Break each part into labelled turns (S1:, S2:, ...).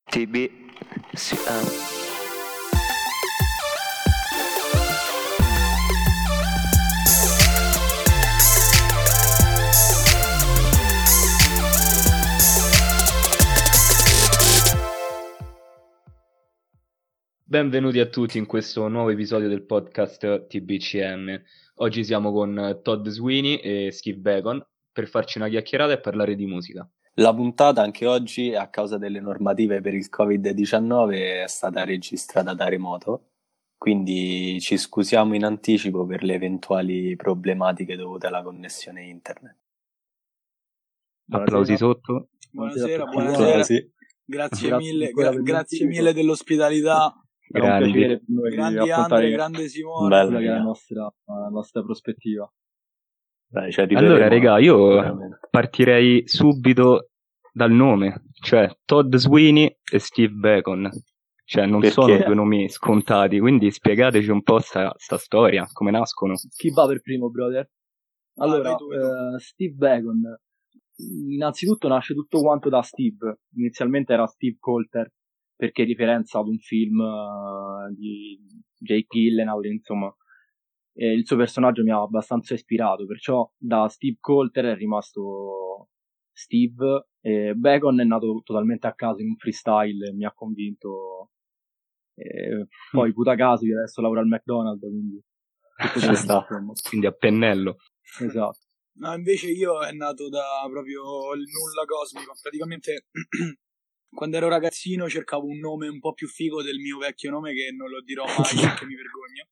S1: TBCM.
S2: Benvenuti a tutti in questo nuovo episodio del podcast TBCM. Oggi siamo con Todd Sweeney e Steve Bacon per farci una chiacchierata e parlare di musica.
S3: La puntata anche oggi, a causa delle normative per il Covid-19, è stata registrata da remoto, quindi ci scusiamo in anticipo per le eventuali problematiche dovute alla connessione internet.
S2: Applausi sotto.
S4: Buonasera.
S3: Sì.
S4: Grazie mille dell'ospitalità.
S2: Grandi.
S5: Per noi
S4: Grandi Andre, grande Simone.
S3: Bello,
S5: quella che è la nostra prospettiva.
S3: Dai, ci
S2: Allora,
S3: arriveremo,
S2: raga, io
S3: sicuramente.
S2: partirei subito dal nome, cioè Todd Sweeney e Steve Bacon. Cioè, non
S3: Perché?
S2: sono due nomi scontati, quindi spiegateci un po' sta storia, come nascono.
S5: Chi va per primo, brother? Allora,
S4: vai tu.
S5: Steve Bacon. Innanzitutto nasce tutto quanto da Steve. Inizialmente era Steve Coulter, perché riferenza ad un film di Jake Gyllenhaal, insomma. E il suo personaggio mi ha abbastanza ispirato, perciò da Steve Coulter è rimasto Steve, e Bacon è nato totalmente a caso in un freestyle e mi ha convinto. E poi puta caso io adesso lavoro al McDonald's, quindi tutto
S3: Ci
S5: bene,
S3: sta.
S5: insomma.
S2: Quindi a pennello.
S5: Esatto.
S4: No, invece io è nato da proprio il nulla cosmico. Praticamente quando ero ragazzino cercavo un nome un po' più figo del mio vecchio nome, che non lo dirò mai perché mi vergogno.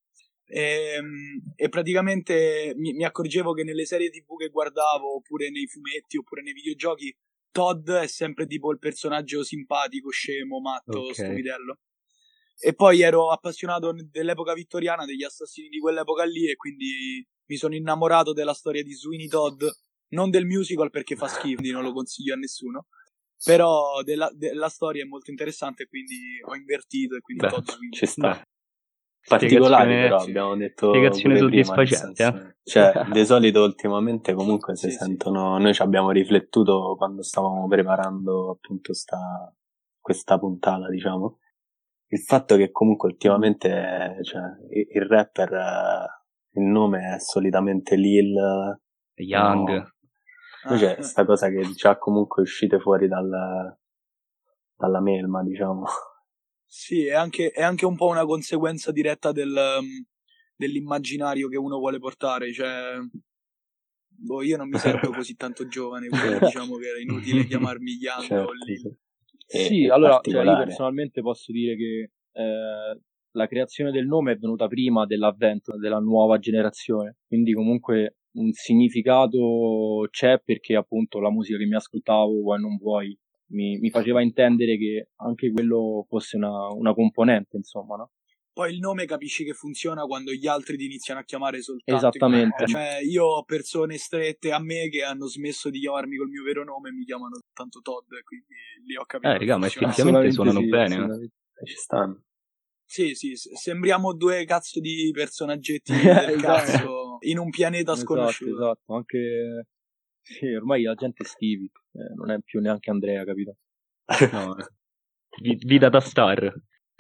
S4: E praticamente mi accorgevo che nelle serie TV che guardavo, oppure nei fumetti, oppure nei videogiochi, Todd è sempre tipo il personaggio simpatico, scemo, matto,
S2: Ok.
S4: stupidello. E poi ero appassionato dell'epoca vittoriana, degli assassini di quell'epoca lì, e quindi mi sono innamorato della storia di Sweeney Todd, non del musical perché fa schifo, quindi non lo consiglio a nessuno, però della storia è molto interessante, e quindi ho invertito, e quindi
S3: Beh,
S4: Todd Sweeney.
S3: ci sta.
S2: Beh,
S3: Particolari
S2: spiegazione-
S3: però, abbiamo detto
S2: spiegazione
S3: pure prima, nel
S2: soddisfacente,
S3: senso, cioè, di solito ultimamente comunque si
S4: Sì, sì.
S3: sentono, noi ci abbiamo riflettuto quando stavamo preparando appunto questa puntata, diciamo, il fatto che comunque ultimamente cioè, il rapper, il nome è solitamente Lil
S2: Young.
S3: no? Invece sta cosa che già comunque uscite fuori dalla melma, diciamo.
S4: Sì, è anche un po' una conseguenza diretta dell'immaginario che uno vuole portare, cioè io non mi sento così tanto giovane, quindi diciamo che era inutile chiamarmi Young
S3: Certo,
S4: o Lil.
S5: Sì,
S3: è
S5: allora, cioè, io
S3: particolare.
S5: personalmente posso dire che la creazione del nome è venuta prima dell'avvento della nuova generazione, quindi comunque un significato c'è, perché appunto la musica che mi ascoltavo, vuoi non vuoi, mi faceva intendere che anche quello fosse una componente, insomma, no?
S4: Poi il nome capisci che funziona quando gli altri ti iniziano a chiamare soltanto
S5: Esattamente.
S4: Cioè, io ho persone strette a me che hanno smesso di chiamarmi col mio vero nome e mi chiamano soltanto Todd, quindi lì ho capito che
S2: Raga, ma
S4: funziona.
S2: effettivamente suonano
S5: sì,
S2: bene.
S5: assolutamente.
S3: Ci stanno.
S4: Sì, sembriamo due cazzo di personaggetti del
S5: Esatto.
S4: cazzo in un pianeta
S5: Esatto,
S4: sconosciuto.
S5: esatto, anche sì, ormai la gente è Stevie, non è più neanche Andrea, capito?
S2: No, vita da star.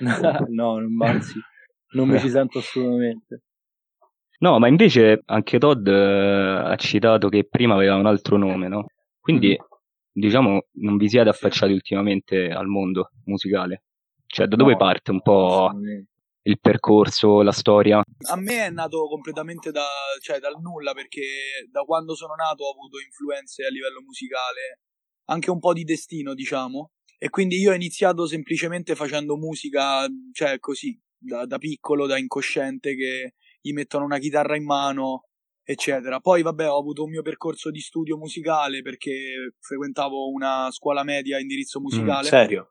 S5: No, anzi, non mi ci sento assolutamente.
S2: No, ma invece anche Todd ha citato che prima aveva un altro nome, no? Quindi, diciamo, non vi siete affacciati ultimamente al mondo musicale. Cioè, da dove
S5: No,
S2: parte un po'
S5: assolutamente.
S2: il percorso, la storia?
S4: A me è nato completamente dal nulla, perché da quando sono nato ho avuto influenze a livello musicale, anche un po' di destino, diciamo, e quindi io ho iniziato semplicemente facendo musica, cioè così, da piccolo, da incosciente, che gli mettono una chitarra in mano, eccetera. Poi vabbè, ho avuto un mio percorso di studio musicale, perché frequentavo una scuola media a indirizzo musicale.
S3: Serio?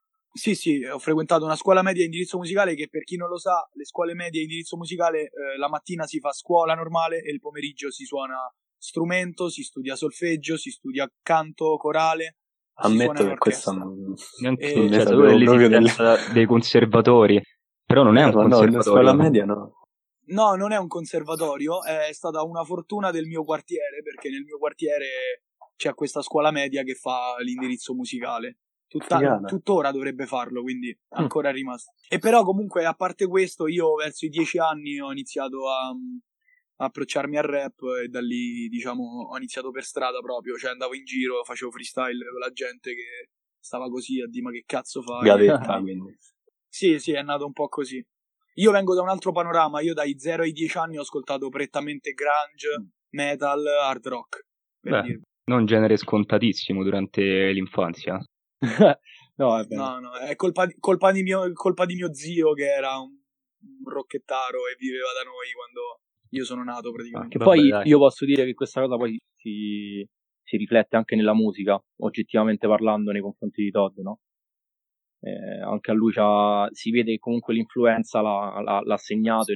S4: Sì, ho frequentato una scuola media a indirizzo musicale, che per chi non lo sa, le scuole medie a indirizzo musicale, la mattina si fa scuola normale e il pomeriggio si suona strumento, si studia solfeggio, si studia canto, corale, si suona
S3: Ammetto
S4: in
S3: che questo
S4: orchestra.
S3: non
S2: Neanche
S3: non ne
S2: cioè,
S3: sapevo
S2: sapevo
S3: proprio
S2: dell'esistenza dei conservatori, però non è un
S3: ma no, in
S2: conservatorio.
S3: scuola media no.
S4: No, non è un conservatorio, è stata una fortuna del mio quartiere, perché nel mio quartiere c'è questa scuola media che fa l'indirizzo musicale. tuttora dovrebbe farlo, quindi ancora è rimasto. E però comunque, a parte questo, io verso i 10 anni ho iniziato a approcciarmi al rap, e da lì, diciamo, ho iniziato per strada proprio, cioè andavo in giro, facevo freestyle con la gente che stava così a dire ma che cazzo fai?
S3: Gavetta, quindi.
S4: Sì, è nato un po' così. Io vengo da un altro panorama, io dai 0 ai 10 anni ho ascoltato prettamente grunge, metal, hard rock, per dirvi.
S2: Non genere scontatissimo durante l'infanzia.
S5: No, è vero.
S4: No, è colpa di mio zio, che era un rocchettaro e viveva da noi quando io sono nato praticamente.
S5: Che poi io posso dire che questa cosa poi si riflette anche nella musica, oggettivamente parlando, nei confronti di Todd, no? Anche a lui si vede che comunque l'influenza l'ha segnato e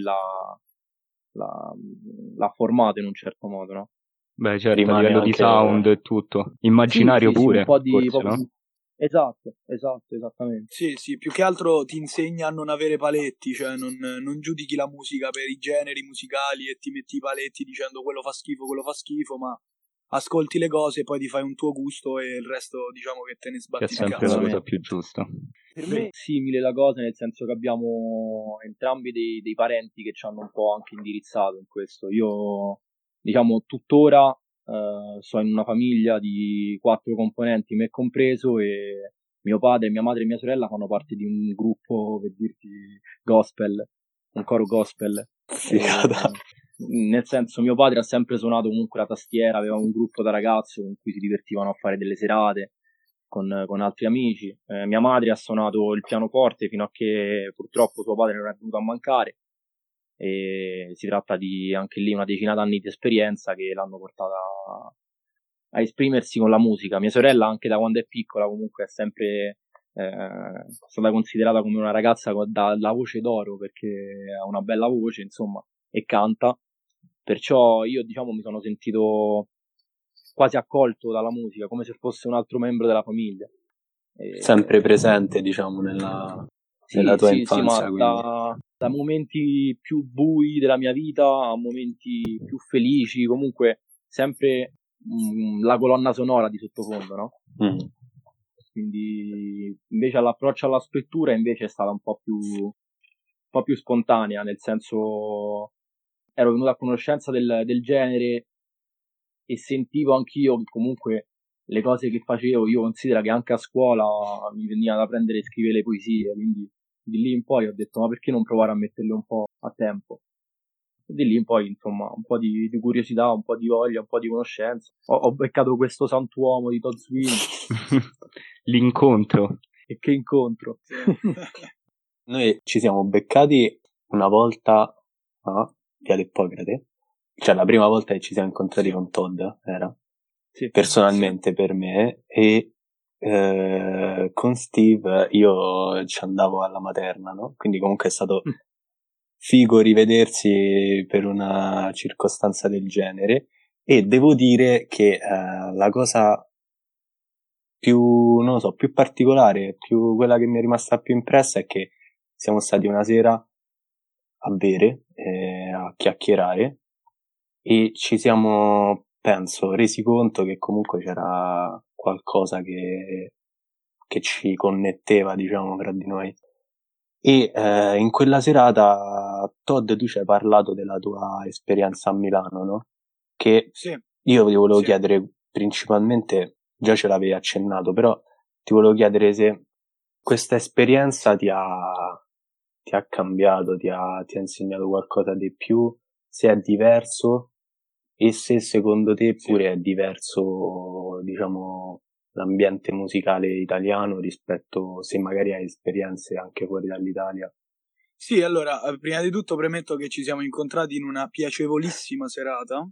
S5: l'ha formato in un certo modo, no?
S2: Beh, certo, a livello di sound e tutto, immaginario pure,
S5: un po' di
S2: forse, no?
S5: Esatto, esattamente.
S4: Sì, più che altro ti insegna a non avere paletti, cioè non giudichi la musica per i generi musicali e ti metti i paletti dicendo quello fa schifo, ma ascolti le cose e poi ti fai un tuo gusto e il resto, diciamo, che te ne sbatti
S2: il cazzo. Che è sempre la cosa più giusta.
S5: Per me è simile la cosa, nel senso che abbiamo entrambi dei parenti che ci hanno un po' anche indirizzato in questo. Io, diciamo, tuttora sono in una famiglia di 4 componenti, me compreso, e mio padre, mia madre e mia sorella fanno parte di un gruppo, per dirti, gospel, un coro gospel. Nel senso, mio padre ha sempre suonato comunque la tastiera, aveva un gruppo da ragazzo con cui si divertivano a fare delle serate con altri amici. Mia madre ha suonato il pianoforte fino a che purtroppo suo padre non è venuto a mancare, e si tratta di anche lì una decina d'anni di esperienza che l'hanno portata a esprimersi con la musica. Mia sorella, anche da quando è piccola, comunque è sempre stata considerata come una ragazza dalla voce d'oro, perché ha una bella voce, insomma, e canta. Perciò io, diciamo, mi sono sentito quasi accolto dalla musica, come se fosse un altro membro della famiglia.
S3: Sempre presente, diciamo, nella tua infanzia.
S5: Sì, ma da momenti più bui della mia vita a momenti più felici, comunque sempre la colonna sonora di sottofondo, no? Quindi invece l'approccio alla scrittura invece è stata un po' più spontanea, nel senso ero venuto a conoscenza del genere e sentivo anch'io che comunque le cose che facevo, io considero che anche a scuola mi veniva da prendere e scrivere le poesie, quindi di lì in poi ho detto ma perché non provare a metterle un po' a tempo? E di lì in poi, insomma, un po' di curiosità, un po' di voglia, un po' di conoscenza. Ho beccato questo santuomo di Todd Sweeney.
S2: L'incontro.
S5: E che incontro!
S3: Noi ci siamo beccati una volta a Viale Ippocrate, cioè la prima volta che ci siamo incontrati con Todd era personalmente per me, e con Steve io ci andavo alla materna, no? Quindi comunque è stato figo rivedersi per una circostanza del genere, e devo dire che la cosa più, non lo so, più particolare, più quella che mi è rimasta più impressa è che siamo stati una sera a bere, a chiacchierare, e ci siamo, penso, resi conto che comunque c'era qualcosa che ci connetteva, diciamo, tra di noi. E in quella serata, Todd, tu ci hai parlato della tua esperienza a Milano, no? Che io ti volevo chiedere principalmente, già ce l'avevi accennato, però ti volevo chiedere se questa esperienza ti ha cambiato, ti ha insegnato qualcosa di più, se è diverso, e se secondo te pure è diverso, diciamo, l'ambiente musicale italiano rispetto, se magari hai esperienze anche fuori dall'Italia.
S4: Sì, allora, prima di tutto premetto che ci siamo incontrati in una piacevolissima serata,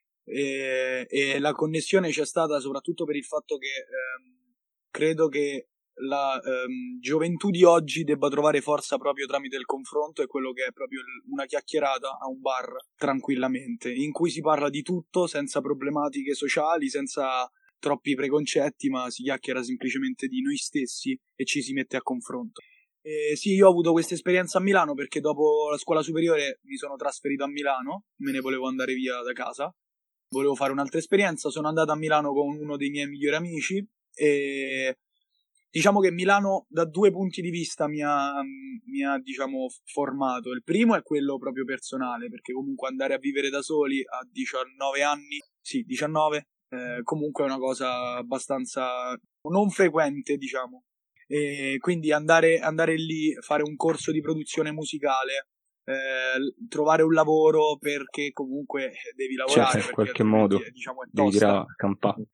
S4: e la connessione c'è stata soprattutto per il fatto che credo che la gioventù di oggi debba trovare forza proprio tramite il confronto, e quello che è proprio una chiacchierata a un bar tranquillamente, in cui si parla di tutto senza problematiche sociali, senza troppi preconcetti, ma si chiacchiera semplicemente di noi stessi e ci si mette a confronto. Sì, io ho avuto questa esperienza a Milano perché dopo la scuola superiore mi sono trasferito a Milano, me ne volevo andare via da casa, volevo fare un'altra esperienza, sono andato a Milano con uno dei miei migliori amici, e diciamo che Milano da 2 punti di vista mi ha diciamo formato. Il primo è quello proprio personale, perché comunque andare a vivere da soli a 19 anni, sì, 19, comunque è una cosa abbastanza non frequente, diciamo. E quindi andare lì, fare un corso di produzione musicale, trovare un lavoro perché comunque devi lavorare,
S2: in qualche modo
S4: diciamo, è
S2: devi
S4: tosta.
S2: tirare a campare.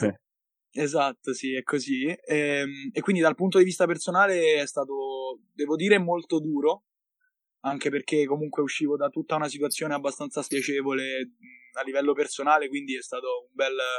S4: Esatto, sì, è così. E quindi dal punto di vista personale è stato, devo dire, molto duro, anche perché comunque uscivo da tutta una situazione abbastanza spiacevole a livello personale, quindi è stato un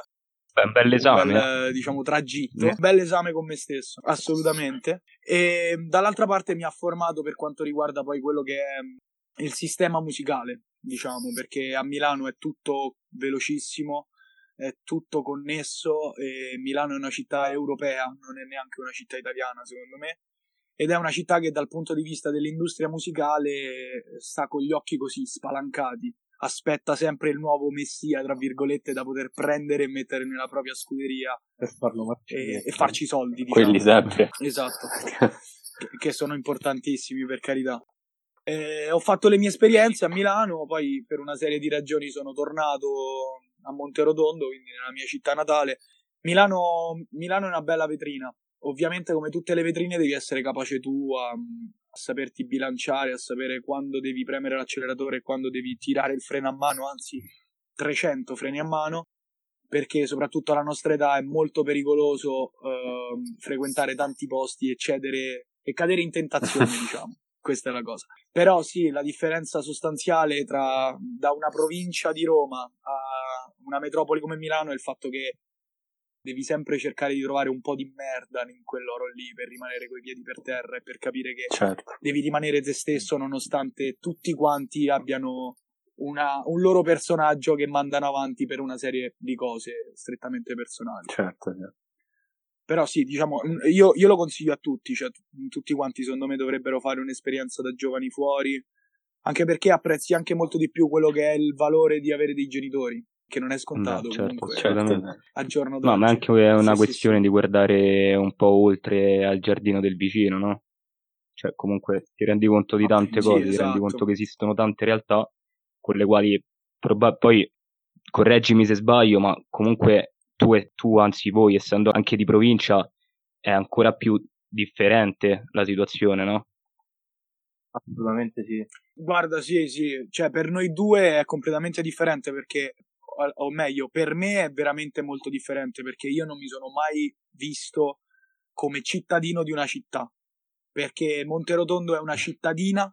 S4: bel esame, diciamo, tragitto, un bel esame con me stesso, assolutamente. E dall'altra parte mi ha formato per quanto riguarda poi quello che è il sistema musicale, diciamo, perché a Milano è tutto velocissimo, è tutto connesso, e Milano è una città europea, non è neanche una città italiana secondo me, ed è una città che dal punto di vista dell'industria musicale sta con gli occhi così spalancati, aspetta sempre il nuovo messia, tra virgolette, da poter prendere e mettere nella propria scuderia
S5: per farlo marcire
S4: e farci soldi, diciamo.
S3: Quelli sempre.
S4: Esatto, che sono importantissimi, per carità. Ho fatto le mie esperienze a Milano, poi per una serie di ragioni sono tornato a Monterotondo, quindi nella mia città natale. Milano è una bella vetrina. Ovviamente, come tutte le vetrine, devi essere capace tu a saperti bilanciare, a sapere quando devi premere l'acceleratore e quando devi tirare il freno a mano, anzi 300 freni a mano, perché soprattutto alla nostra età è molto pericoloso frequentare tanti posti e cedere e cadere in tentazione, diciamo. Questa è la cosa. Però sì, la differenza sostanziale da una provincia di Roma a una metropoli come Milano è il fatto che devi sempre cercare di trovare un po' di merda in quell'oro lì per rimanere coi piedi per terra e per capire che devi rimanere te stesso nonostante tutti quanti abbiano un loro personaggio che mandano avanti per una serie di cose strettamente personali.
S3: Certo.
S4: Però sì, diciamo, io lo consiglio a tutti, cioè tutti quanti secondo me dovrebbero fare un'esperienza da giovani fuori, anche perché apprezzi anche molto di più quello che è il valore di avere dei genitori, che non è scontato comunque a giorno d'oggi.
S2: No, ma anche è una questione di guardare un po' oltre al giardino del vicino, no? Cioè comunque ti rendi conto di tante cose,
S4: esatto.
S2: Ti rendi conto che esistono tante realtà con le quali poi correggimi se sbaglio, ma comunque tu anzi voi, essendo anche di provincia, è ancora più differente la situazione, no?
S5: Assolutamente sì.
S4: Guarda, sì, cioè per noi due è completamente differente, perché, o meglio, per me è veramente molto differente, perché io non mi sono mai visto come cittadino di una città, perché Monterotondo è una cittadina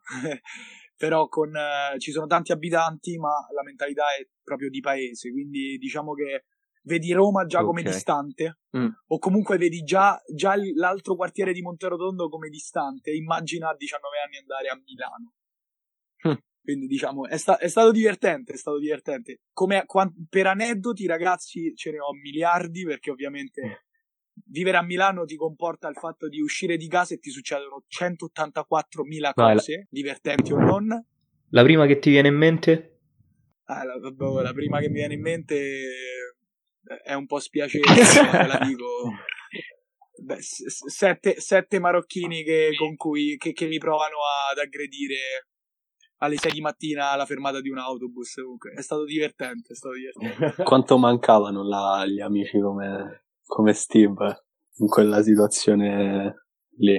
S4: però ci sono tanti abitanti, ma la mentalità è proprio di paese, quindi diciamo che vedi Roma già come distante, o comunque vedi già l'altro quartiere di Monterotondo come distante. Immagina a 19 anni andare a Milano. Quindi diciamo è stato divertente, per aneddoti, ragazzi, ce ne ho miliardi, perché ovviamente vivere a Milano ti comporta il fatto di uscire di casa e ti succedono 184.000 cose, divertenti o non.
S1: La prima che ti viene in mente?
S4: La prima che mi viene in mente è un po' spiacevole, te la dico. Beh, 7 marocchini che mi provano ad aggredire alle 6 di mattina alla fermata di un autobus. Comunque è stato divertente.
S3: Quanto mancavano gli amici come Steve in quella situazione lì?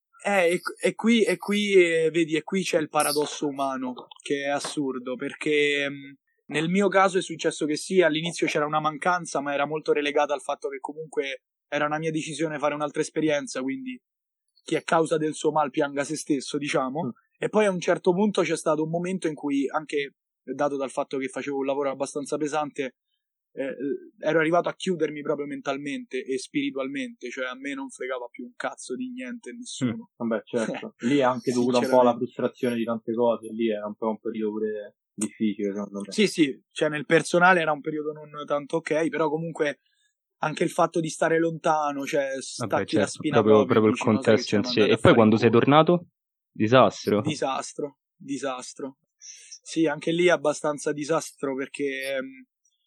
S4: E qui vedi, e qui c'è il paradosso umano, che è assurdo, perché nel mio caso è successo che sì, all'inizio c'era una mancanza, ma era molto relegata al fatto che comunque era una mia decisione fare un'altra esperienza, quindi chi è causa del suo mal pianga se stesso, diciamo. E poi a un certo punto c'è stato un momento in cui, anche dato dal fatto che facevo un lavoro abbastanza pesante, ero arrivato a chiudermi proprio mentalmente e spiritualmente, cioè a me non fregava più un cazzo di niente e nessuno.
S5: Vabbè, certo. Lì è anche dovuta un po' alla frustrazione di tante cose, lì era un po' un periodo pure difficile, secondo me.
S4: Sì, cioè nel personale era un periodo non tanto ok, però comunque anche il fatto di stare lontano, cioè stacchi la spina
S2: proprio il contesto in sé. E poi quando sei tornato? Disastro.
S4: Sì, anche lì abbastanza disastro, perché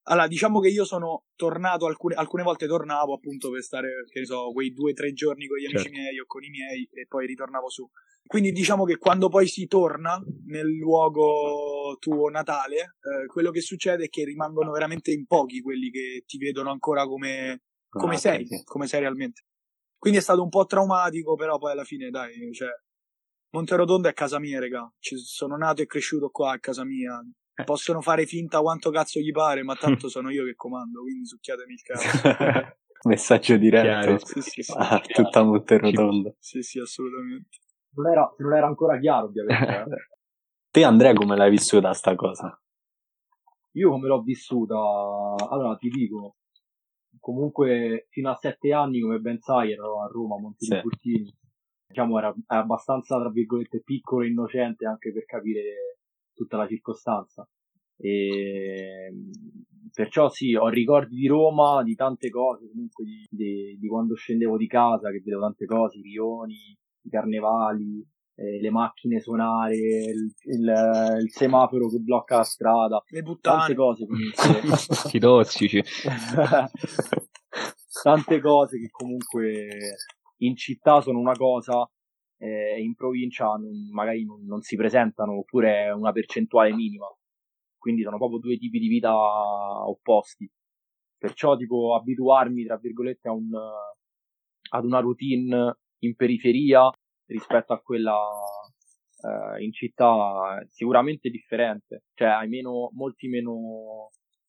S4: Allora, diciamo che io sono tornato, alcune volte tornavo appunto per stare, che ne so, quei 2 o 3 giorni con gli amici miei o con i miei e poi ritornavo su. Quindi diciamo che quando poi si torna nel luogo tuo natale, quello che succede è che rimangono veramente in pochi quelli che ti vedono ancora come sei,
S3: sì.
S4: come sei realmente. Quindi è stato un po' traumatico, però poi alla fine, dai, cioè, Monterotondo è casa mia, raga. Sono nato e cresciuto qua a casa mia. Possono fare finta quanto cazzo gli pare, ma tanto sono io che comando, quindi succhiatemi il cazzo.
S3: Messaggio diretto
S4: Sì.
S3: a tutta Monterotondo.
S4: Sì, assolutamente.
S5: Non era ancora chiaro, ovviamente.
S3: Te, Andrea, come l'hai vissuta sta cosa?
S5: Io come l'ho vissuta? Allora, ti dico, comunque fino a 7 anni, come ben sai, ero a Roma, a Monte dei Burtini. Diciamo era abbastanza, tra virgolette, piccolo e innocente anche per capire tutta la circostanza. E perciò sì, ho ricordi di Roma, di tante cose, comunque di quando scendevo di casa, che vedevo tante cose, i rioni, i carnevali, le macchine suonare, il semaforo che blocca la strada,
S4: le puttane,
S5: tante cose comunque.
S2: I tossici.
S5: Tante cose che comunque in città sono una cosa, in provincia magari non si presentano, oppure è una percentuale minima. Quindi sono proprio 2 tipi di vita opposti. Perciò tipo abituarmi, tra virgolette, ad una routine in periferia rispetto a quella in città è sicuramente differente. Cioè hai molti meno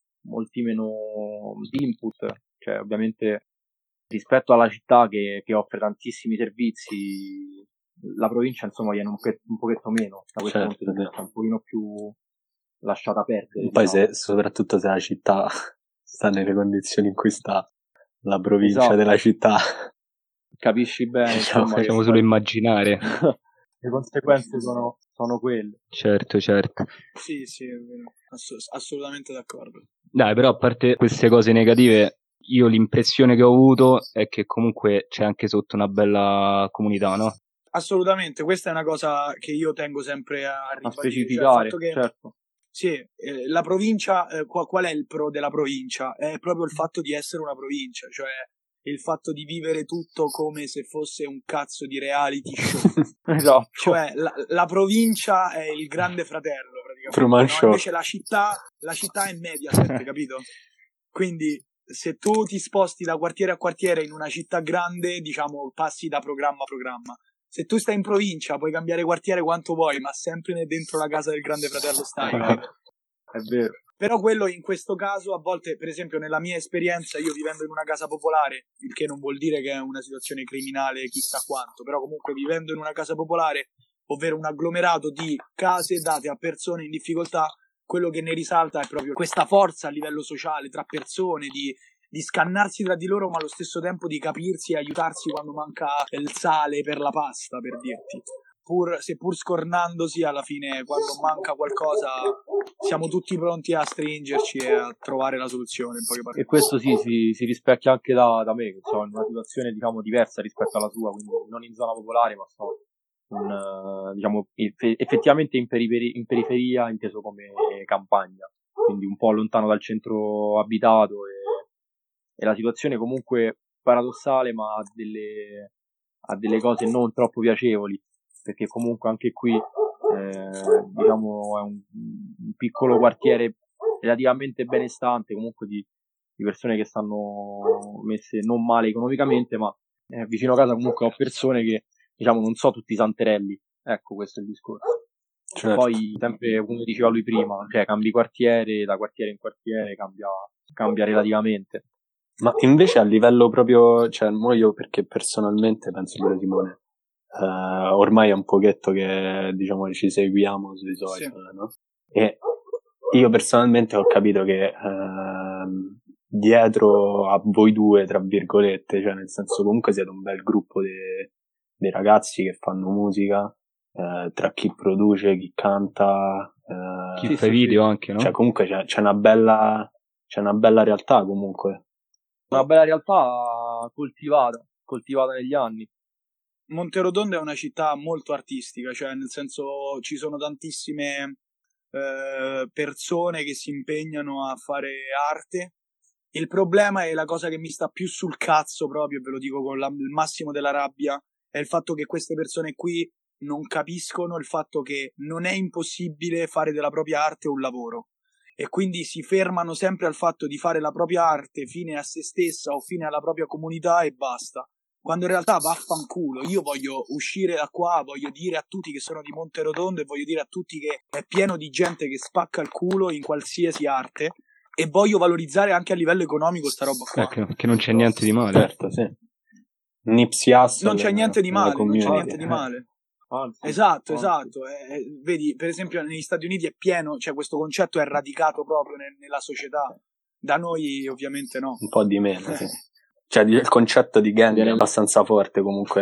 S5: input. Cioè ovviamente rispetto alla città che offre tantissimi servizi, la provincia insomma viene un pochetto meno da questo punto di vista, un pochino più lasciata perdere.
S3: Poi soprattutto se la città sta nelle condizioni in cui sta la provincia della città,
S5: capisci bene, insomma,
S2: possiamo solo immaginare.
S5: Le conseguenze sono quelle.
S2: Certo.
S4: Sì, è vero. Assolutamente d'accordo.
S2: Dai, però a parte queste cose negative, io l'impressione che ho avuto è che comunque c'è anche sotto una bella comunità, no?
S4: Assolutamente, questa è una cosa che io tengo sempre a
S5: specificare,
S4: cioè
S5: certo.
S4: Sì, la provincia, qual è il pro della provincia? È proprio il fatto di essere una provincia, cioè il fatto di vivere tutto come se fosse un cazzo di reality show.
S5: Esatto.
S4: Cioè la provincia è il grande fratello, praticamente.
S3: Truman Show.
S4: Invece la città è Mediaset, capito? Quindi se tu ti sposti da quartiere a quartiere in una città grande, diciamo, passi da programma a programma. Se tu stai in provincia puoi cambiare quartiere quanto vuoi, ma sempre dentro la casa del grande fratello stai, capito?
S5: È vero.
S4: Però quello in questo caso, a volte, per esempio nella mia esperienza, io vivendo in una casa popolare, il che non vuol dire che è una situazione criminale chissà quanto, però comunque vivendo in una casa popolare, ovvero un agglomerato di case date a persone in difficoltà, quello che ne risalta è proprio questa forza a livello sociale tra persone, di scannarsi tra di loro, ma allo stesso tempo di capirsi e aiutarsi quando manca il sale per la pasta, per dirti. Seppur scornandosi, alla fine quando manca qualcosa siamo tutti pronti a stringerci e a trovare la soluzione, in poche parole.
S5: E questo sì, si rispecchia anche da me, che sono in una situazione diciamo diversa rispetto alla sua, quindi non in zona popolare, ma diciamo effettivamente in periferia, inteso come campagna, quindi un po' lontano dal centro abitato, e la situazione comunque paradossale, ma ha delle cose non troppo piacevoli, perché comunque anche qui diciamo è un piccolo quartiere relativamente benestante, comunque di persone che stanno messe non male economicamente, ma vicino a casa comunque ho persone che diciamo non so tutti i santerelli, ecco, questo è il discorso. Certo. Poi sempre come diceva lui prima, cioè cambi quartiere, da quartiere in quartiere cambia relativamente.
S3: Ma invece a livello proprio, cioè io perché personalmente penso pure Simone, ormai è un pochetto che diciamo ci seguiamo sui social, sì. No? E io personalmente ho capito che dietro a voi due, tra virgolette, cioè nel senso comunque siete un bel gruppo dei ragazzi che fanno musica, tra chi produce, chi canta,
S2: chi fa video anche, no?
S3: Cioè comunque c'è una bella realtà comunque.
S5: Una bella realtà coltivata negli anni.
S4: Monterotondo è una città molto artistica, cioè nel senso ci sono tantissime persone che si impegnano a fare arte. Il problema è la cosa che mi sta più sul cazzo proprio, ve lo dico con il massimo della rabbia, è il fatto che queste persone qui non capiscono il fatto che non è impossibile fare della propria arte un lavoro, e quindi si fermano sempre al fatto di fare la propria arte fine a se stessa o fine alla propria comunità e basta, quando in realtà vaffanculo, io voglio uscire da qua, voglio dire a tutti che sono di Monterotondo e voglio dire a tutti che è pieno di gente che spacca il culo in qualsiasi arte, e voglio valorizzare anche a livello economico sta roba qua.
S2: Che non c'è niente di male.
S3: Certo, sì. Nipsey Hussle
S4: Non c'è niente di male, non c'è niente di male.
S5: Anzi,
S4: Esatto,
S5: anzi.
S4: esatto. Vedi, per esempio negli Stati Uniti è pieno, cioè questo concetto è radicato proprio nella società. Da noi ovviamente no.
S3: Un po' di meno, sì. Cioè il concetto di gang è abbastanza forte comunque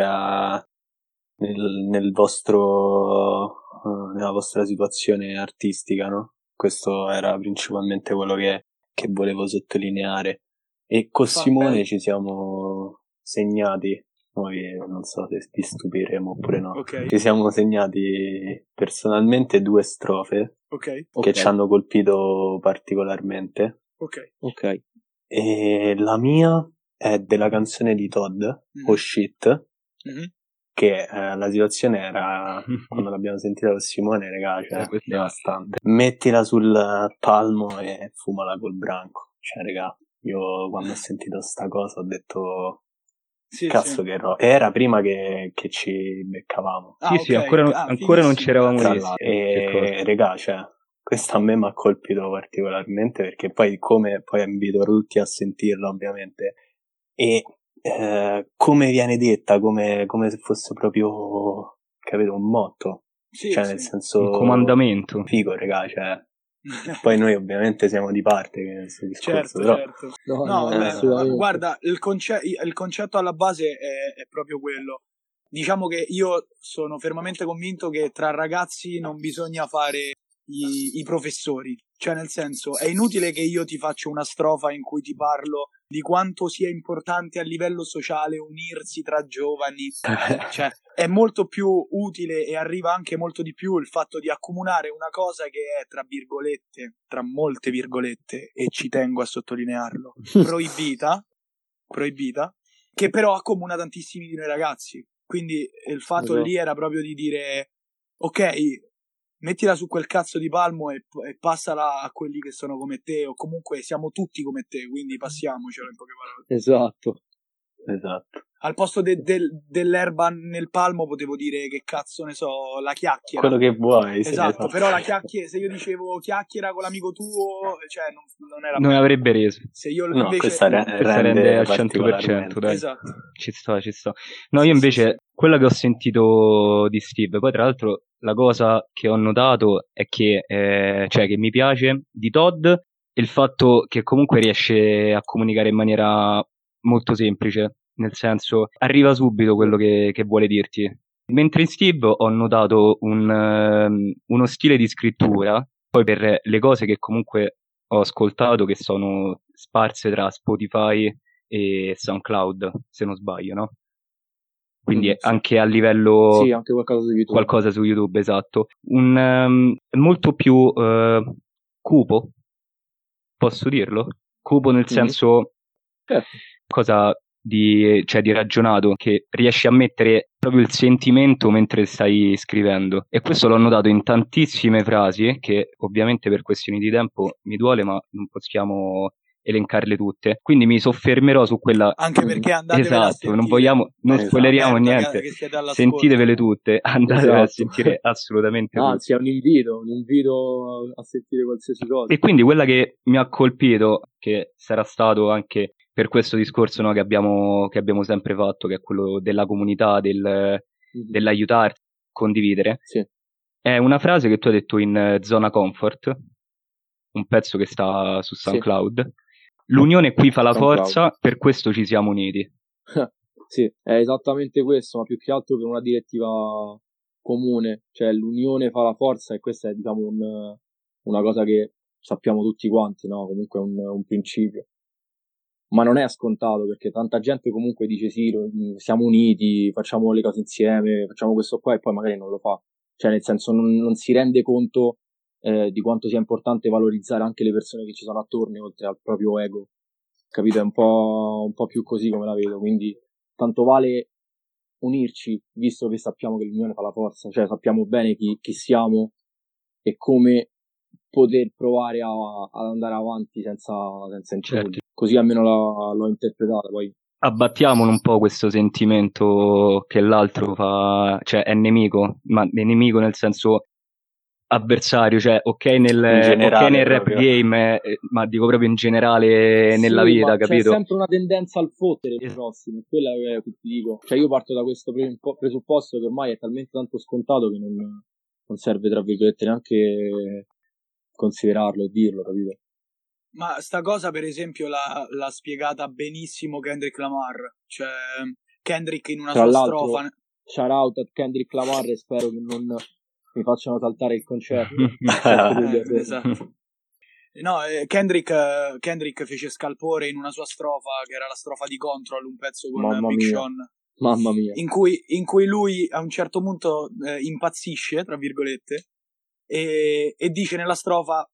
S3: nel vostro nella vostra situazione artistica, no? Questo era principalmente quello che volevo sottolineare. E con Simone ci siamo segnati, noi non so se ti stupiremo oppure no,
S4: Ok.
S3: ci siamo segnati personalmente 2 strofe che ci hanno colpito particolarmente.
S4: Ok.
S3: E la mia è della canzone di Todd, Oh Shit, che la situazione era, quando l'abbiamo sentita con Simone, raga, cioè, devastante. Mettila sul palmo e fumala col branco. Cioè, raga, io quando ho sentito sta cosa ho detto cazzo che era prima che ci beccavamo.
S2: Sì, ancora non c'eravamo lì.
S3: E raga, cioè, questa a me mi ha colpito particolarmente, perché poi poi invito tutti a sentirla ovviamente, e come viene detta, come se fosse proprio, capito, un motto, cioè nel senso
S2: un comandamento.
S3: Figo, raga, cioè poi noi ovviamente siamo di parte in questo discorso,
S4: certo. No, vabbè, guarda, il concetto alla base è proprio quello. Diciamo che io sono fermamente convinto che tra ragazzi non bisogna fare i professori, cioè nel senso è inutile che io ti faccia una strofa in cui ti parlo di quanto sia importante a livello sociale unirsi tra giovani, cioè è molto più utile e arriva anche molto di più il fatto di accomunare una cosa che è, tra virgolette, tra molte virgolette, e ci tengo a sottolinearlo, proibita, che però accomuna tantissimi di noi ragazzi. Quindi il fatto lì era proprio di dire ok, mettila su quel cazzo di palmo e passala a quelli che sono come te, o comunque siamo tutti come te, quindi passiamocelo, in poche parole.
S5: Esatto.
S4: Al posto dell'erba nel palmo potevo dire, che cazzo ne so, la chiacchiera.
S3: Quello che vuoi.
S4: Esatto, però la chiacchiera, se io dicevo chiacchiera con l'amico tuo, cioè non era
S2: non
S4: bello.
S2: avrebbe reso.
S4: Se io
S3: no,
S4: invece
S3: questa rende al 100%,
S2: dai.
S4: Esatto.
S2: Ci sta. No, io invece quella che ho sentito di Steve, poi tra l'altro la cosa che ho notato è che cioè che mi piace di Todd è il fatto che comunque riesce a comunicare in maniera molto semplice, nel senso arriva subito quello che vuole dirti. Mentre in Steve ho notato uno stile di scrittura, poi per le cose che comunque ho ascoltato, che sono sparse tra Spotify e SoundCloud, se non sbaglio, no? Quindi anche a livello...
S5: Sì, anche qualcosa su YouTube.
S2: Esatto. Molto più cupo, posso dirlo? Cupo nel senso...
S5: Certo.
S2: Cosa di ragionato, che riesci a mettere proprio il sentimento mentre stai scrivendo, e questo l'ho notato in tantissime frasi, che ovviamente per questioni di tempo mi duole, ma non possiamo elencarle tutte, quindi mi soffermerò su quella.
S4: Anche perché andatevela a sentire.
S2: Non spoileriamo niente, sentitevele tutte, andatevele a sentire assolutamente tutte.
S5: Anzi, è un invito a sentire qualsiasi cosa.
S2: E quindi quella che mi ha colpito, che sarà stato anche per questo discorso, no, che abbiamo sempre fatto, che è quello della comunità, dell'aiutarsi, condividere,
S5: sì.
S2: È una frase che tu hai detto in Zona Comfort, un pezzo che sta su SoundCloud. Sì. L'unione qui fa la forza, per questo ci siamo uniti.
S5: Sì, è esattamente questo, ma più che altro per una direttiva comune, cioè l'unione fa la forza, e questa è, diciamo, una cosa che sappiamo tutti quanti, no? Comunque è un principio. Ma non è scontato, perché tanta gente comunque dice sì, siamo uniti, facciamo le cose insieme, facciamo questo qua, e poi magari non lo fa. Cioè, nel senso, non si rende conto di quanto sia importante valorizzare anche le persone che ci sono attorno oltre al proprio ego, capito? È un po' più così come la vedo, quindi tanto vale unirci, visto che sappiamo che l'unione fa la forza, cioè sappiamo bene chi siamo e come poter provare ad andare avanti senza intrusi. Così almeno l'ho interpretata. Poi
S2: abbattiamo un po' questo sentimento che l'altro fa, cioè è nemico, ma è nemico nel senso avversario, cioè ok nel rap game, ma dico proprio in generale nella vita, capito?
S5: C'è sempre una tendenza al fottere il prossimo, è quella che ti dico. Cioè io parto da questo presupposto che ormai è talmente tanto scontato che non serve, tra virgolette, neanche considerarlo e dirlo, capito?
S4: Ma sta cosa, per esempio, l'ha spiegata benissimo Kendrick Lamar. Cioè, Kendrick in una
S5: Tra
S4: sua
S5: l'altro,
S4: strofa...
S5: shout out a Kendrick Lamar e spero che non mi facciano saltare il concerto.
S4: Esatto. No, Kendrick fece scalpore in una sua strofa, che era la strofa di Control, un pezzo con Big Sean.
S5: Mamma mia.
S4: In cui lui a un certo punto impazzisce, tra virgolette, e dice nella strofa,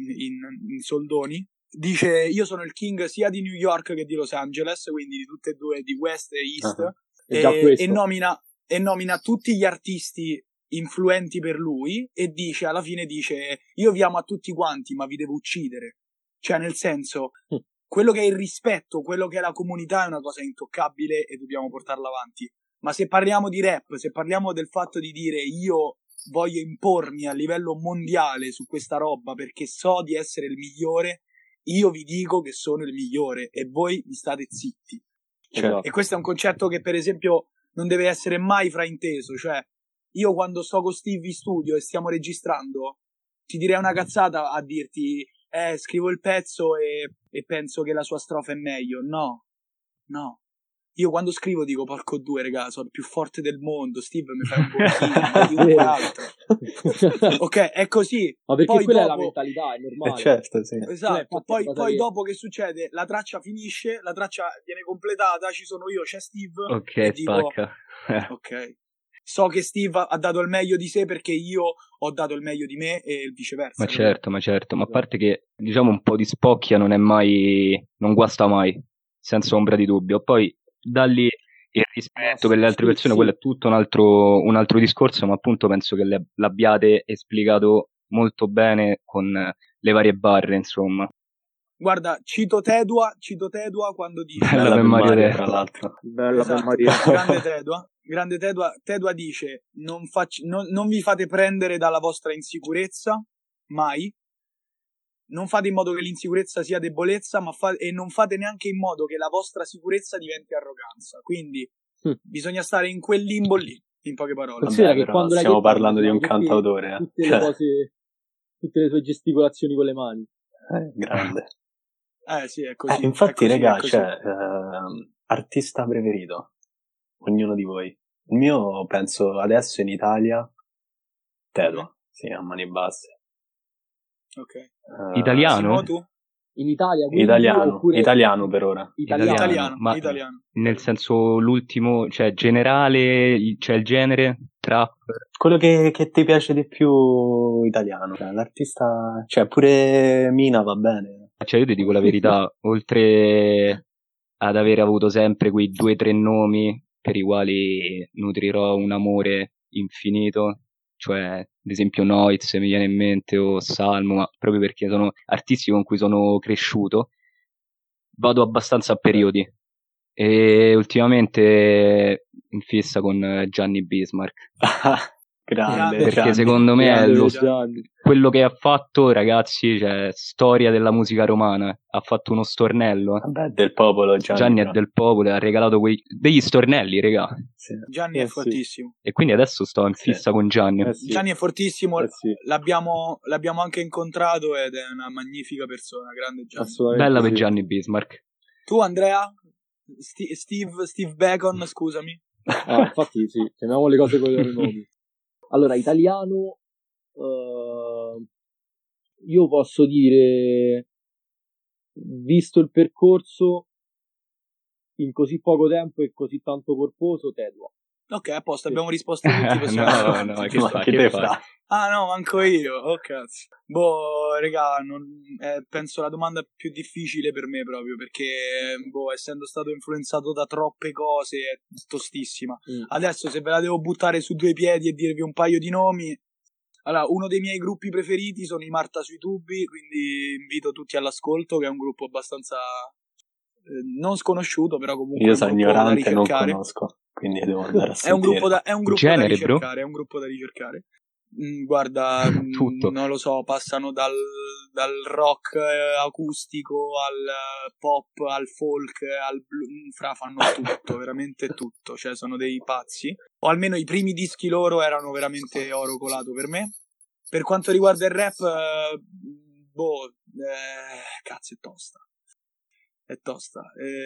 S4: in soldoni, dice: io sono il king sia di New York che di Los Angeles, quindi di tutte e due, di West e East, e nomina tutti gli artisti influenti per lui e dice, alla fine dice: io vi amo a tutti quanti ma vi devo uccidere. Cioè, nel senso, quello che è il rispetto, quello che è la comunità è una cosa intoccabile e dobbiamo portarla avanti. Ma se parliamo di rap, se parliamo del fatto di dire io voglio impormi a livello mondiale su questa roba perché so di essere il migliore, io vi dico che sono il migliore e voi vi state zitti.
S3: Certo.
S4: E questo è un concetto che, per esempio, non deve essere mai frainteso. Cioè, io quando sto con Steve in studio e stiamo registrando, ti direi una cazzata a dirti scrivo il pezzo e penso che la sua strofa è meglio. No. Io quando scrivo dico: porco due, raga, sono il più forte del mondo, Steve mi fai un pochino, chiunque altro. Ok, è così.
S5: Ma perché
S4: poi
S5: quella
S4: dopo...
S5: è la mentalità, è normale.
S3: Certo, sì.
S4: Esatto, poi dopo che succede? La traccia finisce, la traccia viene completata, ci sono io, c'è Steve.
S2: Ok,
S4: e dico,
S2: spacca.
S4: Ok. So che Steve ha dato il meglio di sé perché io ho dato il meglio di me e viceversa.
S2: Ma certo, ma a parte che, diciamo, un po' di spocchia non guasta mai, senza ombra di dubbio. Poi, da lì il rispetto per le altre persone, quello è tutto un altro discorso, ma appunto penso che l'abbiate esplicato molto bene con le varie barre, insomma.
S4: Guarda, cito Tedua quando dice...
S2: Bella per Mario,
S3: tra l'altro.
S5: Bella
S4: esatto,
S5: per Mario.
S4: Grande Tedua dice: non vi fate prendere dalla vostra insicurezza, mai. Non fate in modo che l'insicurezza sia debolezza, e non fate neanche in modo che la vostra sicurezza diventi arroganza. Quindi bisogna stare in quel limbo lì, in poche parole.
S5: Considera che quando
S3: stiamo parlando di un cantautore.
S5: Tutte le cose, tutte le sue gesticolazioni con le mani.
S3: Grande.
S4: Sì, è così.
S3: Infatti, raga,
S4: così.
S3: cioè, artista preferito? Ognuno di voi. Il mio, penso, adesso in Italia, Tedua, sì, a mani basse.
S4: Ok.
S2: Italiano?
S4: Simo, tu?
S5: In Italia?
S3: Italiano per ora.
S4: Italiano.
S2: Nel senso l'ultimo, cioè generale, cioè il genere, trap?
S3: Quello che ti piace di più italiano, l'artista, cioè pure Mina va bene.
S2: Cioè io ti dico la verità, oltre ad aver avuto sempre quei 2 o 3 nomi per i quali nutrirò un amore infinito, cioè ad esempio Noiz mi viene in mente o Salmo, ma proprio perché sono artisti con cui sono cresciuto, vado abbastanza a periodi e ultimamente in fissa con Gianni Bismarck.
S3: Grande,
S2: perché
S3: Gianni.
S2: Secondo me è
S5: Gianni.
S2: quello che ha fatto, ragazzi, cioè storia della musica romana, ha fatto uno stornello.
S3: Vabbè, del popolo
S2: Gianni è del popolo, ha regalato degli stornelli, regà.
S3: Sì.
S4: Gianni è fortissimo.
S2: E quindi adesso sto in fissa con Gianni.
S4: Gianni è fortissimo,
S5: sì.
S4: l'abbiamo anche incontrato ed è una magnifica persona, grande Gianni.
S2: Bella per Gianni Bismarck.
S4: Tu, Andrea? Steve Bacon, scusami.
S5: Infatti sì, chiamiamo le cose con i loro nomi. Allora, italiano, io posso dire, visto il percorso in così poco tempo e così tanto corposo, Tedua.
S4: Ok, a posto, abbiamo risposto tutti.
S2: No, che fai?
S4: Ah no, manco io, oh cazzo. Boh, regà, penso la domanda più difficile per me proprio, perché, boh, essendo stato influenzato da troppe cose, è tostissima. Adesso se ve la devo buttare su due piedi e dirvi un paio di nomi, allora, uno dei miei gruppi preferiti sono i Marta sui tubi, quindi invito tutti all'ascolto, che è un gruppo abbastanza non sconosciuto, però comunque
S3: Io
S4: è
S3: sono
S4: un gruppo da
S3: ignorante e non
S4: ricercare.
S3: conosco, quindi devo andare a
S4: È un gruppo
S3: sentire.
S4: da, è un gruppo
S2: Genere,
S4: da ricercare, è un gruppo da ricercare. Guarda,
S2: Tutto.
S4: non lo so, passano dal rock acustico al pop, al folk, al blues, fanno tutto, veramente tutto, cioè sono dei pazzi. O almeno i primi dischi loro erano veramente oro colato per me. Per quanto riguarda il rap, cazzo, è tosta. È tosta.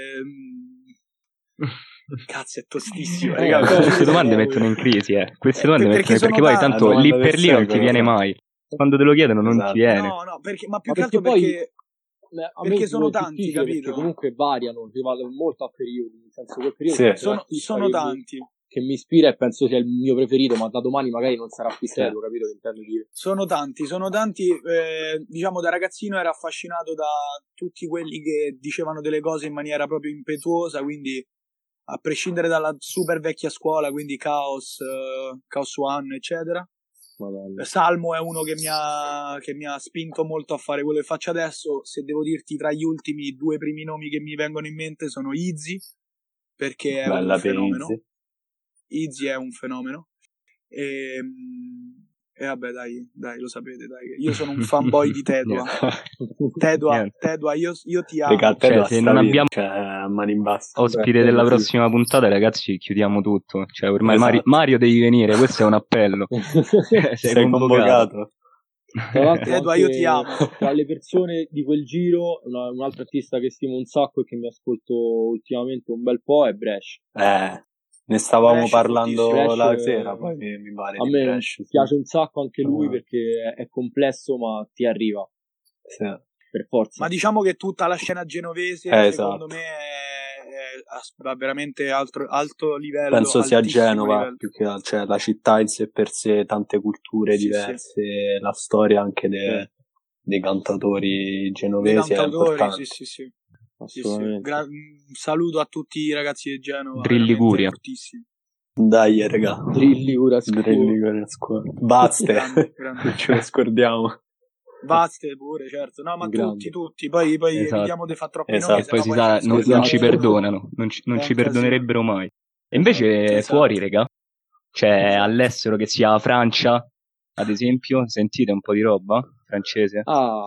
S4: Cazzo, è tostissimo.
S2: Queste domande mettono in crisi, Queste domande mettono in crisi, perché poi
S3: la
S2: tanto
S3: domanda
S2: lì
S3: del
S2: per lì non ti
S3: secolo,
S2: viene
S3: esatto.
S2: mai. Quando te lo chiedono non
S3: Esatto.
S2: ti viene.
S4: No, ma più che altro
S5: poi
S4: perché
S5: a me
S4: perché sono
S5: è
S4: tanti,
S5: difficile,
S4: capito?
S5: perché comunque variano, rivalgono molto a periodi, nel senso che quel periodo
S3: Sì.
S5: c'è un artista
S4: Sono tanti.
S5: che mi ispira e penso sia il mio preferito, ma da domani magari non sarà più
S3: Sì.
S5: Tedo, capito che intendo dire?
S4: Sono tanti. Diciamo, da ragazzino ero affascinato da tutti quelli che dicevano delle cose in maniera proprio impetuosa, quindi a prescindere dalla super vecchia scuola, quindi Chaos One, eccetera.
S5: Madonna.
S4: Salmo è uno che mi ha spinto molto a fare quello che faccio adesso. Se devo dirti tra gli ultimi due primi nomi che mi vengono in mente sono Izzy, perché è
S3: Bella
S4: un fenomeno.
S3: Izzy.
S4: Izzy è un fenomeno. E vabbè, dai, lo sapete, dai. Io sono un fanboy di Tedua. Tedua, io ti amo.
S3: Regà, Tedua
S2: se non abbiamo
S3: a mani in basso.
S2: ospite della prossima puntata, ragazzi, chiudiamo tutto. Cioè, ormai
S3: Esatto.
S2: Mario devi venire, questo è un appello.
S3: Sei convocato.
S5: Tra l'altro
S4: Tedua,
S5: anche
S4: io ti amo.
S5: tra le persone di quel giro, un altro artista che stimo un sacco e che mi ascolto ultimamente un bel po' è Bresh.
S3: Ne stavamo
S4: Bresh,
S3: parlando
S5: Bresh,
S3: la sera, poi mi pare
S5: a
S3: di
S5: me
S3: Bresh,
S5: piace un sacco anche lui
S3: Ah.
S5: perché è complesso ma ti arriva,
S3: Sì.
S5: per forza.
S4: Ma diciamo che tutta la scena genovese, secondo
S3: esatto.
S4: me, va veramente alto livello.
S3: Penso sia
S4: altissimo
S3: Genova,
S4: livello.
S3: più che altro, cioè la città in sé per sé, tante culture
S4: Sì,
S3: diverse, la storia anche dei cantautori genovesi è
S4: cantautori,
S3: importante.
S4: sì.
S5: Assolutamente.
S4: Un saluto a tutti i ragazzi di Genova,
S2: Drill
S4: veramente
S2: Liguria.
S4: fortissimi.
S3: Dai, raga.
S5: Drill Liguria
S3: Scuola. Baste,
S4: Grande.
S3: non ce lo scordiamo.
S4: Vaste pure, certo. No, ma
S5: Grande.
S4: tutti. Poi
S2: Esatto.
S4: evitiamo di fare troppi
S3: Esatto.
S4: nomi,
S2: E poi
S4: sennò
S2: si sa,
S4: ci
S2: non
S4: scordiamo.
S2: ci perdonano, non ci
S4: È un
S2: perdonerebbero mai. E invece
S4: Esatto.
S2: fuori, raga, c'è all'estero, che sia Francia, ad esempio, sentite un po' di roba francese?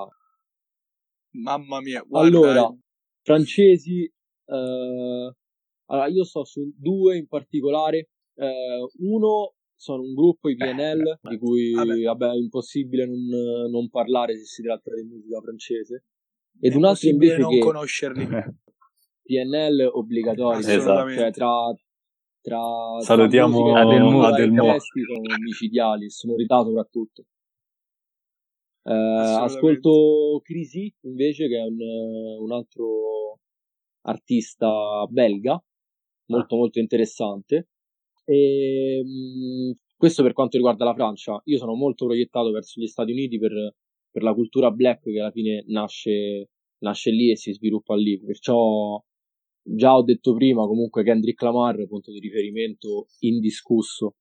S4: Mamma mia, guarda.
S5: Allora, francesi, allora io sto su due in particolare. Uno sono un gruppo, i PNL, di cui vabbè, è impossibile non parlare se si tratta di musica francese. Ed un altro invece
S4: non
S5: che
S4: conoscerli.
S5: PNL obbligatori,
S4: Assolutamente.
S5: cioè tra
S3: Salutiamo
S5: musica e
S3: Adelmo.
S5: testi sono micidiali, sonorità soprattutto.
S4: Assolutamente.
S5: Ascolto Crisi invece, che è un altro artista belga molto molto interessante, e questo per quanto riguarda la Francia. Io sono molto proiettato verso gli Stati Uniti per la cultura black, che alla fine nasce lì e si sviluppa lì, perciò già ho detto prima, comunque Kendrick Lamar, punto di riferimento indiscusso.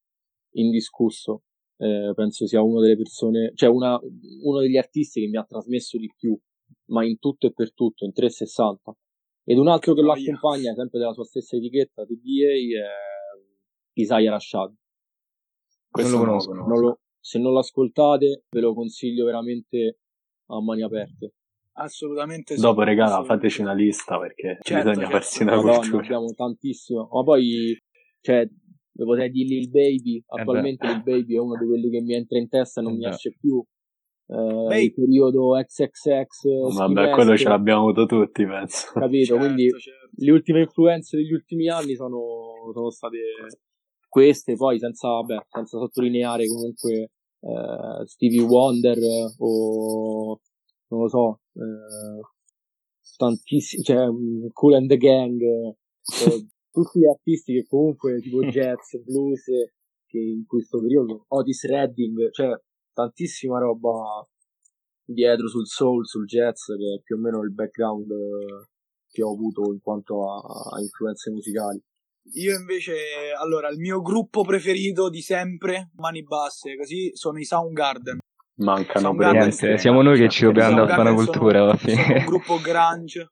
S5: Penso sia una delle persone, cioè uno degli artisti che mi ha trasmesso di più, ma in tutto e per tutto, in 360. Ed un altro che lo accompagna, sempre della sua stessa etichetta, TBA, è Isaiah Rashad.
S2: Non lo conosco.
S5: Se non lo ascoltate, ve lo consiglio veramente a mani aperte.
S4: Assolutamente sì.
S3: Dopo, regà, fateci una lista, perché bisogna farsi una
S5: Madonna,
S3: cultura.
S5: abbiamo tantissimo. Ma poi, cioè, vi potrei dire Lil Baby. Attualmente Lil Baby è uno di quelli che mi entra in testa e non mi esce più. Il periodo XXX.
S3: Vabbè, quello ce l'abbiamo avuto tutti, penso.
S5: Capito? Quindi le ultime influenze degli ultimi anni sono state queste, poi senza sottolineare comunque Stevie Wonder o non lo so, tantissimi, cioè Kool and the Gang, tutti gli artisti che comunque tipo jazz, blues, che in questo periodo, Otis Redding, cioè tantissima roba dietro sul soul, sul jazz, che è più o meno il background che ho avuto in quanto a influenze musicali.
S4: Io invece, allora, il mio gruppo preferito di sempre, mani basse, così, sono i Soundgarden.
S3: Mancano
S4: Soundgarden,
S3: pure
S2: Niente,
S3: questi,
S2: siamo noi che ci dobbiamo andare a fare una
S4: Soundgarden
S2: cultura alla
S4: sono un
S2: fine.
S4: gruppo grunge.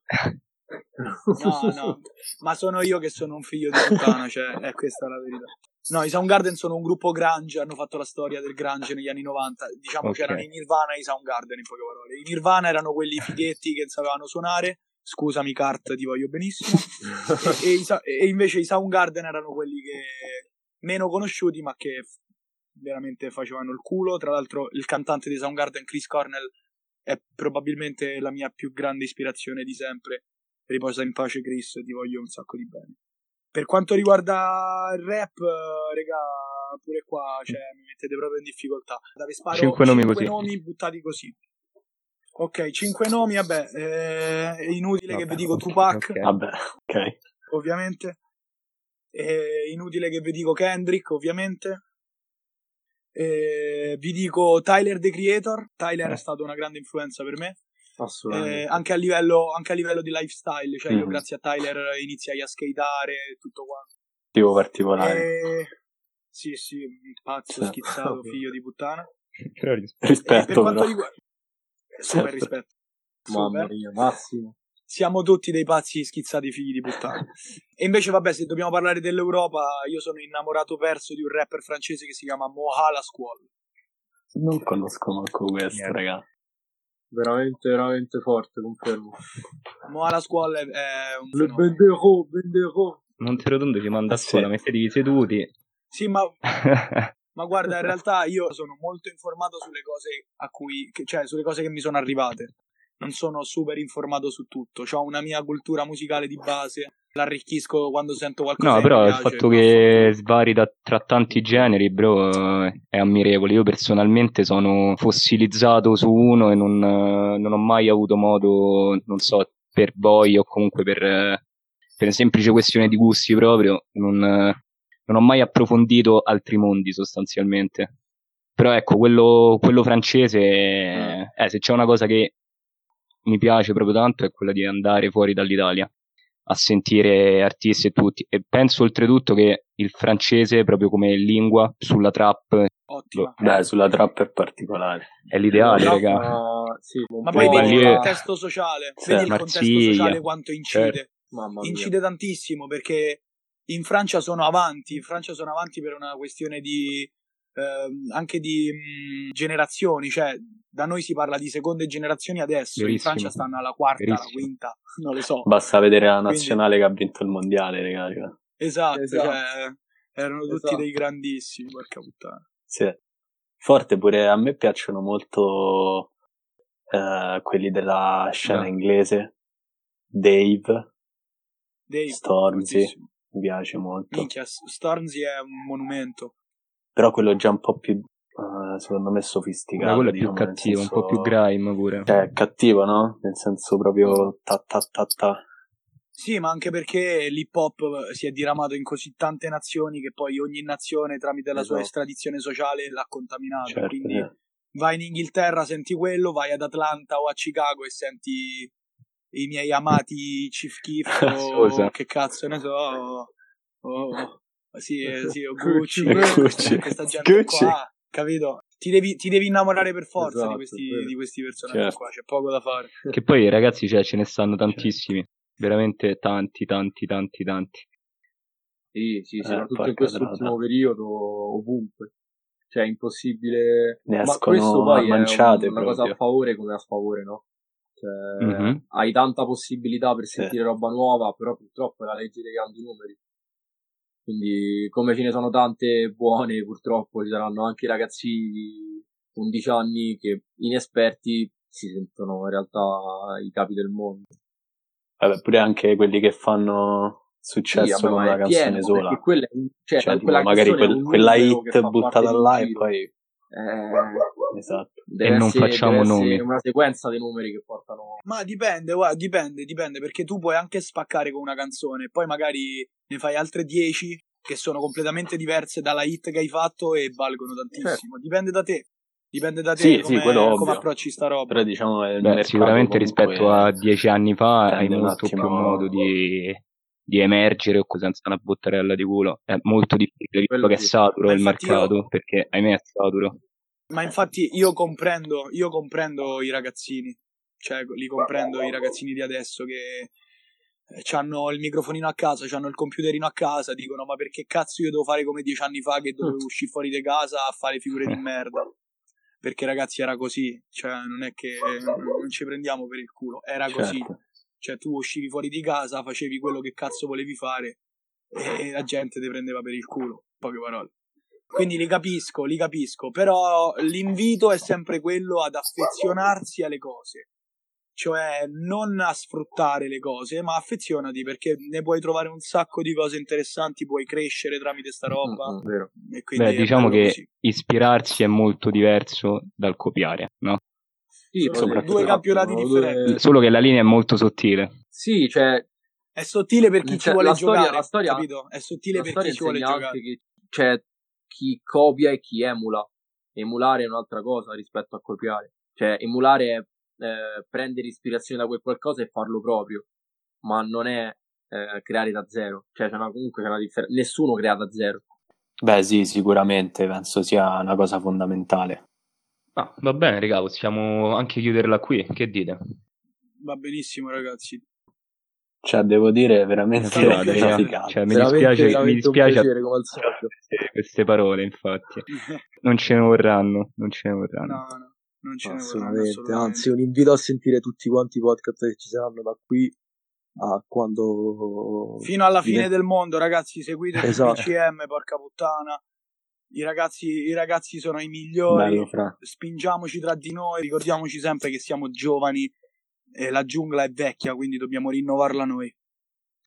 S4: No, ma sono io che sono un figlio di puttana, cioè, è questa la verità. No, i Soundgarden sono un gruppo grunge, hanno fatto la storia del grunge negli anni 90, diciamo,
S2: Ok.
S4: c'erano i Nirvana e i Soundgarden, in poche parole. I Nirvana erano quelli fighetti che sapevano suonare, scusami Kurt, ti voglio benissimo, e invece i Soundgarden erano quelli che meno conosciuti, ma che veramente facevano il culo. Tra l'altro il cantante dei Soundgarden, Chris Cornell, è probabilmente la mia più grande ispirazione di sempre. Riposa in pace Chris, ti voglio un sacco di bene. Per quanto riguarda il rap, regà, pure qua, cioè, mi mettete proprio in difficoltà. Dove sparo
S2: 5 nomi
S4: 5
S2: così.
S4: nomi buttati così. Ok, 5 nomi, vabbè, è inutile che vi dico Tupac,
S2: Ok.
S3: Vabbè, ok.
S4: ovviamente. È inutile che vi dico Kendrick, ovviamente. Vi dico Tyler, the Creator. Tyler è stata una grande influenza per me.
S5: Assolutamente.
S4: Anche a livello di lifestyle, cioè io
S3: Mhm.
S4: grazie a Tyler iniziai a skateare e tutto quanto.
S3: Tipo particolare.
S4: Sì, pazzo,
S3: Sì.
S4: schizzato, figlio di puttana.
S2: Però
S4: E per
S3: Rispetto
S4: quanto
S3: però.
S4: riguarda super
S3: Certo.
S4: rispetto.
S5: Mamma
S4: Super.
S5: mia, Massimo.
S4: Siamo tutti dei pazzi schizzati figli di puttana. E invece vabbè, se dobbiamo parlare dell'Europa, io sono innamorato perso di un rapper francese che si chiama Mohala Squall.
S3: Non conosco manco questo,
S2: Niente.
S3: raga.
S5: Veramente, veramente forte, confermo.
S4: Mohala Squall è un
S5: Le
S4: fenomeno.
S5: Benderò.
S2: Monterotondo ci manda a
S3: Sì.
S2: scuola, mettetevi seduti.
S4: Sì, ma guarda, in realtà io sono molto informato sulle cose cioè sulle cose che mi sono arrivate. Non sono super informato su tutto. Ho una mia cultura musicale di base, l'arricchisco quando sento qualcosa
S2: No,
S4: che
S2: però
S4: mi
S2: il
S4: piace.
S2: fatto che svari tra tanti generi, bro, è ammirevole. Io personalmente sono fossilizzato su uno e non ho mai avuto modo, non so, per voglia o comunque per semplice questione di gusti proprio, non ho mai approfondito altri mondi sostanzialmente. Però ecco, quello francese, se c'è una cosa che mi piace proprio tanto è quella di andare fuori dall'Italia a sentire artisti e tutti, e penso oltretutto che il francese proprio come lingua sulla trap
S4: Ottima.
S3: Beh, sulla trap è particolare.
S2: è l'ideale,
S5: La
S2: raga.
S5: trap, sì, un
S4: Ma
S5: po'
S4: poi vedi il
S2: Banlieue.
S4: contesto sociale,
S3: Sì,
S4: vedi il contesto
S2: Marsiglia,
S4: sociale quanto incide.
S2: certo.
S5: Mamma mia.
S4: Incide tantissimo perché in Francia sono avanti per una questione di anche di generazioni, cioè da noi si parla di seconde generazioni adesso, in
S2: Verissimo.
S4: Francia stanno alla quarta, alla
S2: Verissimo.
S4: quinta, non le so.
S3: Basta vedere la
S4: Quindi-
S3: nazionale che ha vinto il mondiale, raga. Cioè.
S4: Esatto,
S5: Esatto.
S4: cioè erano tutti
S5: Esatto.
S4: dei grandissimi, porca puttana.
S3: Sì. Forte pure, a me piacciono molto quelli della scena
S2: No.
S3: inglese. Dave,
S4: Dave,
S3: Stormzy,
S4: fortissimo.
S3: mi piace molto.
S4: Minchia, Stormzy è un monumento.
S3: Però quello già un po' più, secondo me,
S2: Ma
S3: sofisticato.
S2: quello è più
S3: diciamo, nel
S2: cattivo, un
S3: senso-
S2: po' più grime pure.
S3: Cioè, è cattivo, no? Nel senso proprio ta ta ta ta.
S4: Sì, ma anche perché l'hip hop si è diramato in così tante nazioni che poi ogni nazione tramite la sua
S5: Esatto.
S4: estradizione sociale l'ha contaminato.
S3: Certo,
S4: Quindi
S3: sì.
S4: vai in Inghilterra, senti quello, vai ad Atlanta o a Chicago e senti i miei amati Chief Keef
S2: Scusa.
S4: o che cazzo ne so, sì, o Gucci,
S3: Gucci.
S4: questa gente
S3: Gucci.
S4: qua, capito? Ti devi innamorare per forza
S5: Esatto, vero.
S4: di questi personaggi
S3: Certo.
S4: qua, c'è poco da fare.
S2: Che poi ragazzi, cioè, ce ne stanno tantissimi. Veramente tanti.
S5: Sì, soprattutto in
S3: porca
S5: quest'ultimo
S3: trota.
S5: periodo, ovunque. Cioè, è impossibile.
S3: Ne
S5: Ma
S3: escono
S5: questo poi
S3: a
S5: è
S3: manciate
S5: una cosa
S3: proprio.
S5: a favore come a sfavore, no? Cioè,
S2: Mhm.
S5: hai tanta possibilità per
S3: Sì.
S5: sentire roba nuova, però purtroppo è la legge dei grandi numeri. Quindi, come ce ne sono tante buone, purtroppo ci saranno anche ragazzi di 11 anni che inesperti si sentono in realtà i capi del mondo.
S3: Vabbè, pure anche quelli che fanno successo
S5: Sì, vabbè,
S3: con
S5: ma
S3: una
S5: è
S3: canzone
S5: pieno,
S3: sola.
S5: perché quella, cioè,
S3: Cioè, tipo,
S5: quella
S3: magari
S5: canzone è un
S3: quella
S5: numero che
S3: hit
S5: fa parte
S3: buttata
S5: di un
S3: là e
S5: giro.
S3: poi... Esatto.
S5: Deve
S2: non
S5: essere,
S2: facciamo
S5: deve
S2: nomi.
S5: essere una sequenza dei numeri che portano.
S4: Ma dipende, guarda, dipende, perché tu puoi anche spaccare con una canzone, poi magari ne fai altre 10 che sono completamente diverse dalla hit che hai fatto e valgono tantissimo. Dipende da te. Dipende da te
S3: Sì, quello
S4: come
S3: ovvio.
S4: approcci sta roba.
S3: Però diciamo è il
S2: Beh,
S3: mercato
S2: sicuramente
S3: comunque
S2: rispetto a 10 anni fa hai
S3: tende un
S2: molto più
S3: attimo-
S2: modo di emergere o senza una bottarella di culo. È molto difficile, visto
S5: Quello
S2: che è
S5: sì.
S2: saturo
S4: Ma
S2: il
S4: infatti
S2: mercato, perché ahimè è saturo.
S4: Ma infatti io comprendo i ragazzini, cioè li comprendo i ragazzini di adesso che hanno il microfonino a casa, hanno il computerino a casa, dicono ma perché cazzo io devo fare come 10 anni fa che dovevo uscire fuori di casa a fare figure di merda? Perché ragazzi era così, cioè non è che non ci prendiamo per il culo, era così.
S3: Certo.
S4: Cioè tu uscivi fuori di casa, facevi quello che cazzo volevi fare e la gente ti prendeva per il culo, in poche parole. Quindi li capisco, però l'invito è sempre quello ad affezionarsi alle cose, cioè non a sfruttare le cose, ma affezionati perché ne puoi trovare un sacco di cose interessanti, puoi crescere tramite sta roba.
S5: Vero.
S4: E quindi
S2: Beh,
S4: è
S2: diciamo
S4: bello
S2: che
S4: così.
S2: ispirarsi è molto diverso dal copiare, no?
S5: Sì,
S4: Sono
S3: soprattutto
S4: due campionati
S5: sono
S4: differenti.
S2: Solo che la linea è molto sottile.
S5: Sì, cioè,
S4: È sottile per chi ci vuole
S5: la storia,
S4: giocare,
S5: la storia,
S4: capito? È sottile
S5: la
S4: per
S5: storia
S4: chi ci vuole
S5: insegna
S4: giocare.
S5: anche che c'è chi copia e chi emula. Emulare è un'altra cosa rispetto a copiare. Cioè, emulare è prendere ispirazione da quel qualcosa e farlo proprio, ma non è creare da zero. Cioè, comunque c'è una differenza. Nessuno crea da zero.
S3: Beh sì, sicuramente penso sia una cosa fondamentale.
S2: Ah, va bene, raga, possiamo anche chiuderla qui, che dite?
S4: Va benissimo, ragazzi.
S3: Cioè, devo dire, veramente
S4: Sì,
S3: una
S4: raga,
S3: figata.
S2: Cioè, mi
S5: Veramente,
S2: dispiace
S5: veramente un piacere, come al solito.
S2: queste parole, infatti. Non ce ne vorranno, non ce ne vorranno.
S4: No, non ce ne vorranno
S6: Assolutamente,
S4: assolutamente.
S6: anzi un invito a sentire tutti quanti i podcast che ci saranno da qui a quando
S4: Fino alla fine del mondo, ragazzi, seguite
S6: Esatto.
S4: BCM, porca puttana. I ragazzi sono i migliori.
S3: Bello, fra.
S4: Spingiamoci tra di noi, ricordiamoci sempre che siamo giovani e la giungla è vecchia, quindi dobbiamo rinnovarla noi.